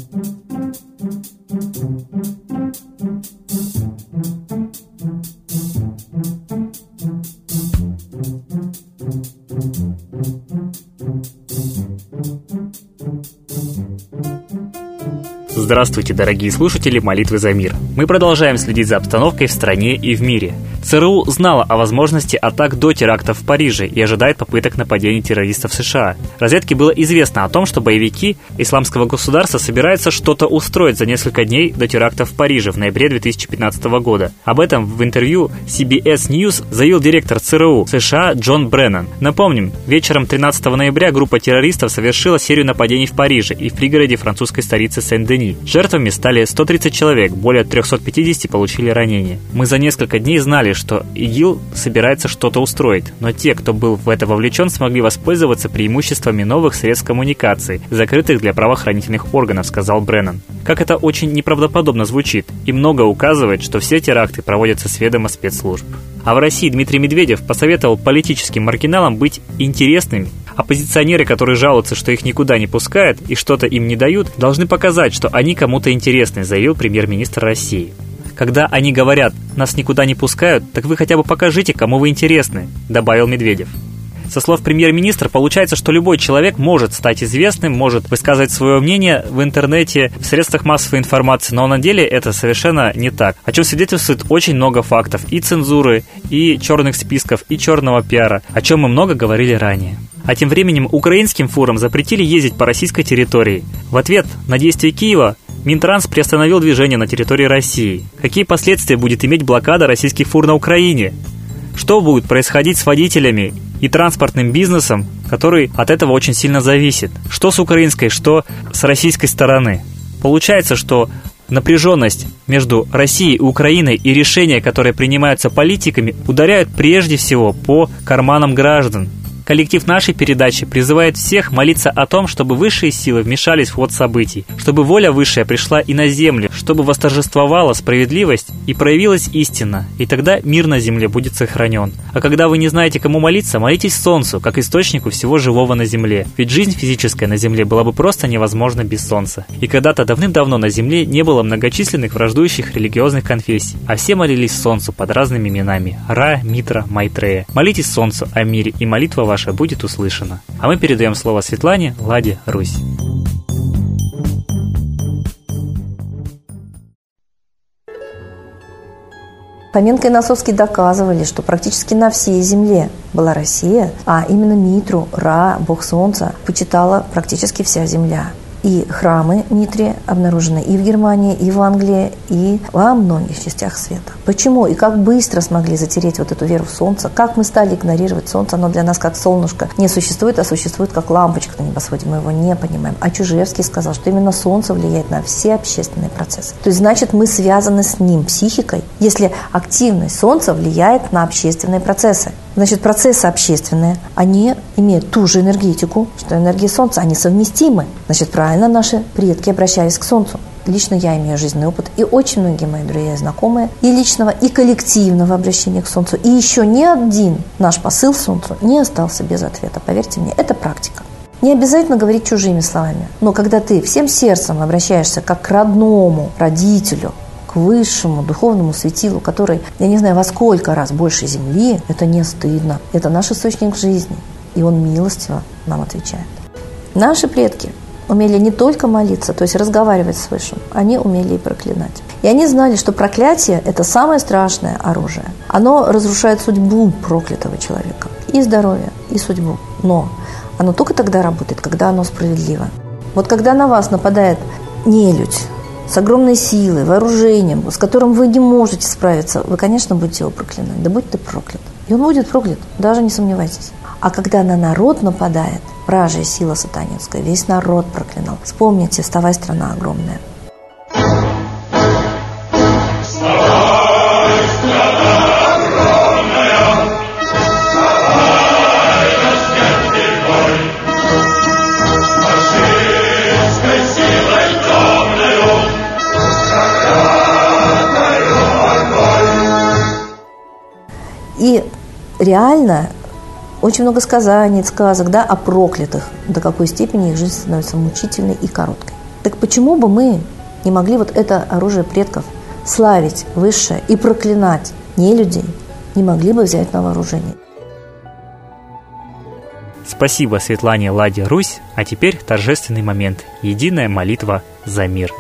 Здравствуйте, дорогие слушатели «Молитвы за мир». Мы продолжаем следить за обстановкой в стране и в мире. ЦРУ знала о возможности атак до терактов в Париже и ожидает попыток нападений террористов в США. Разведке было известно о том, что боевики Исламского государства собираются что-то устроить за несколько дней до терактов в Париже в ноябре 2015 года. Об этом в интервью CBS News заявил директор ЦРУ США Джон Бреннан. Напомним, вечером 13 ноября группа террористов совершила серию нападений в Париже и в пригороде французской столицы Сен-Дени. Жертвами стали 130 человек, более 350 получили ранения. Мы за несколько дней знали, что ИГИЛ собирается что-то устроить, но те, кто был в это вовлечен, смогли воспользоваться преимуществами новых средств коммуникации, закрытых для правоохранительных органов, сказал Бреннан. Как это очень неправдоподобно звучит, и много указывает, что все теракты проводятся с ведома спецслужб. А в России Дмитрий Медведев посоветовал политическим маргиналам быть интересными. Оппозиционеры, которые жалуются, что их никуда не пускают и что-то им не дают, должны показать, что они кому-то интересны, заявил премьер-министр России. Когда они говорят «нас никуда не пускают», так вы хотя бы покажите, кому вы интересны, добавил Медведев. Со слов премьер-министра получается, что любой человек может стать известным, может высказывать свое мнение в интернете, в средствах массовой информации, но на деле это совершенно не так. О чем свидетельствует очень много фактов и цензуры, и черных списков, и черного пиара, о чем мы много говорили ранее. А тем временем украинским фурам запретили ездить по российской территории. В ответ на действия Киева Минтранс приостановил движение на территории России. Какие последствия будет иметь блокада российских фур на Украине? Что будет происходить с водителями и транспортным бизнесом, который от этого очень сильно зависит? Что с украинской, что с российской стороны? Получается, что напряженность между Россией и Украиной и решения, которые принимаются политиками, ударяют прежде всего по карманам граждан. Коллектив нашей передачи призывает всех молиться о том, чтобы высшие силы вмешались в ход событий, чтобы воля высшая пришла и на землю, чтобы восторжествовала справедливость и проявилась истина, и тогда мир на земле будет сохранен. А когда вы не знаете, кому молиться, молитесь Солнцу, как источнику всего живого на земле. Ведь жизнь физическая на земле была бы просто невозможна без Солнца. И когда-то давным-давно на земле не было многочисленных враждующих религиозных конфессий, а все молились Солнцу под разными именами – Ра, Митра, Майтрея. Молитесь Солнцу о мире, и молитва ваша будет услышана. А мы передаем слово Светлане, Ладе, Русь. Фоменко и Носовский доказывали, что практически на всей земле была Россия, а именно Митру, Ра, бог солнца, почитала практически вся земля. И храмы Митре обнаружены и в Германии, и в Англии, и во многих частях света. Почему и как быстро смогли затереть вот эту веру в солнце, как мы стали игнорировать солнце, оно для нас как солнышко не существует, а существует как лампочка на небосводе, мы его не понимаем. А Чужевский сказал, что именно солнце влияет на все общественные процессы. То есть, значит, мы связаны с ним психикой, если активность солнца влияет на общественные процессы. Значит, процессы общественные, они имеют ту же энергетику, что энергия Солнца, они совместимы. Значит, правильно наши предки обращались к Солнцу. Лично я имею жизненный опыт, и очень многие мои друзья и знакомые, и личного, и коллективного обращения к Солнцу. И еще ни один наш посыл Солнцу не остался без ответа. Поверьте мне, это практика. Не обязательно говорить чужими словами, но когда ты всем сердцем обращаешься как к родному родителю, к высшему духовному светилу, который, я не знаю, во сколько раз больше Земли, это не стыдно. Это наш источник жизни, и он милостиво нам отвечает. Наши предки умели не только молиться, то есть разговаривать с Высшим, они умели и проклинать. И они знали, что проклятие – это самое страшное оружие. Оно разрушает судьбу проклятого человека, и здоровье, и судьбу. Но оно только тогда работает, когда оно справедливо. Вот когда на вас нападает нелюдь, с огромной силой, вооружением, с которым вы не можете справиться, вы, конечно, будете его проклинать. Да будь ты проклят. И он будет проклят, даже не сомневайтесь. А когда на народ нападает вражья сила сатанинская, весь народ проклинал. Вспомните, «Вставай, страна огромная». И реально очень много сказаний, сказок, да, о проклятых, до какой степени их жизнь становится мучительной и короткой. Так почему бы мы не могли вот это оружие предков славить высшее и проклинать нелюдей, не могли бы взять на вооружение? Спасибо Светлане Ладе Русь, а теперь торжественный момент – единая молитва за мир.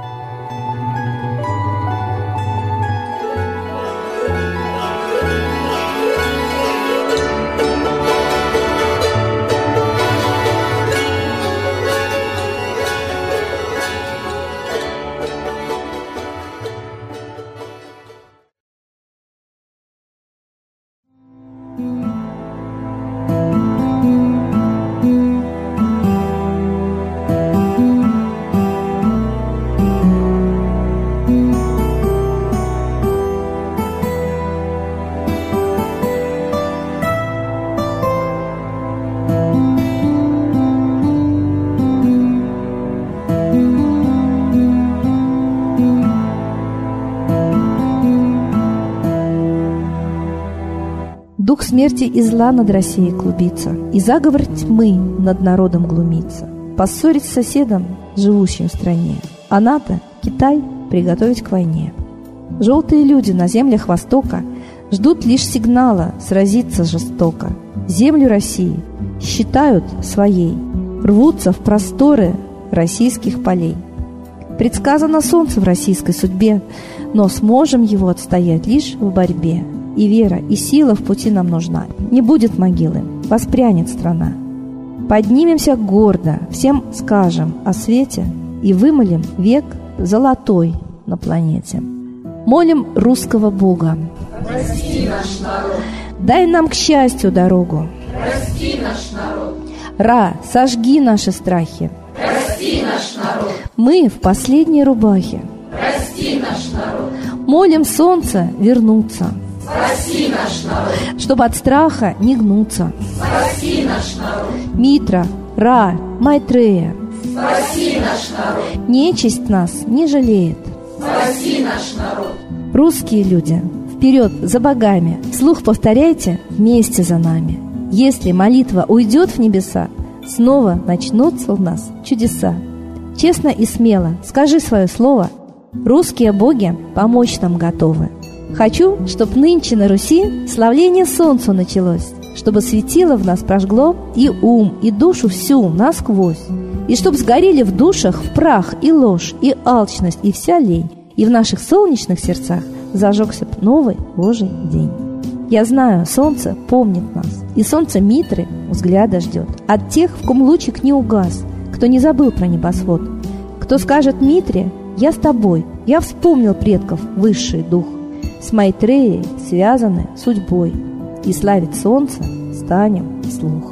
Дух смерти и зла над Россией клубится, и заговор тьмы над народом глумится. Поссорить с соседом, живущим в стране, а НАТО, Китай, приготовить к войне. Желтые люди на землях Востока ждут лишь сигнала сразиться жестоко. Землю России считают своей, рвутся в просторы российских полей. Предсказано солнце в российской судьбе, но сможем его отстоять лишь в борьбе. И вера, и сила в пути нам нужна. Не будет могилы, воспрянет страна. Поднимемся гордо, всем скажем о свете и вымолим век золотой на планете. Молим русского Бога. Прости наш народ. Дай нам к счастью дорогу. Прости наш народ. Ра, сожги наши страхи. Прости наш народ. Мы в последней рубахе. Прости наш народ. Молим солнце вернуться. Спаси наш народ. Чтобы от страха не гнуться. Спаси наш народ. Митра, Ра, Майтрея. Спаси наш народ. Нечисть нас не жалеет. Спаси наш народ. Русские люди, вперед за богами. Вслух повторяйте вместе за нами. Если молитва уйдет в небеса, снова начнутся у нас чудеса. Честно и смело скажи свое слово. Русские боги помочь нам готовы. Хочу, чтоб нынче на Руси славление солнцу началось, чтобы светило в нас прожгло и ум, и душу всю насквозь, и чтоб сгорели в душах в прах и ложь, и алчность, и вся лень, и в наших солнечных сердцах зажегся новый Божий день. Я знаю, солнце помнит нас, и солнце Митры взгляда ждет от тех, в ком лучик не угас, кто не забыл про небосвод, кто скажет Митре: «Я с тобой, я вспомнил предков высший дух». С Майтреей связаны судьбой, и славить солнце станем вслух.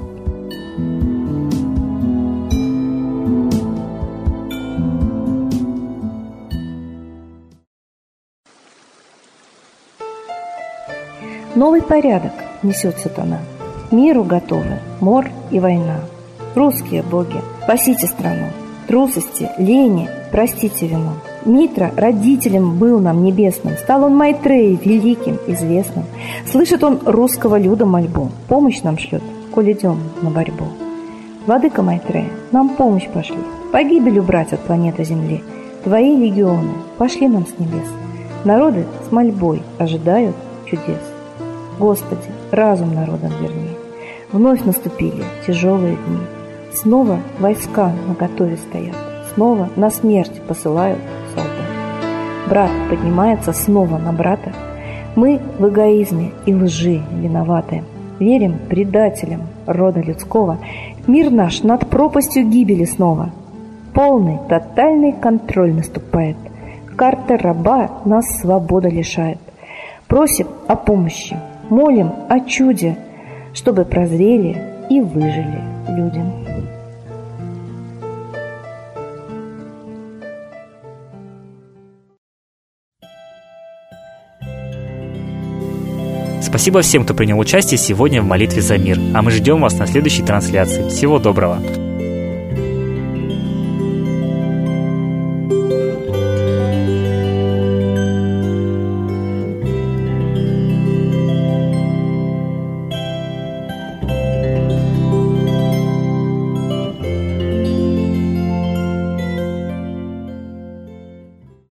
Новый порядок несет сатана. Миру готовы мор и война. Русские боги, спасите страну. Трусости, лени, простите вину. Митра родителем был нам небесным, стал он Майтреей великим, известным. Слышит он русского люда мольбу, помощь нам шлет, коль идем на борьбу. Владыка Майтрея, нам помощь пошли, погибель убрать от планеты Земли. Твои легионы пошли нам с небес, народы с мольбой ожидают чудес. Господи, разум народам верни, вновь наступили тяжелые дни. Снова войска наготове стоят, снова на смерть посылают солдат. Брат поднимается снова на брата. Мы в эгоизме и лжи виноваты. Верим предателям рода людского. Мир наш над пропастью гибели снова. Полный, тотальный контроль наступает. Карта раба нас свобода лишает. Просим о помощи, молим о чуде, чтобы прозрели и выжили людям. Спасибо всем, кто принял участие сегодня в молитве за мир. А мы ждем вас на следующей трансляции. Всего доброго!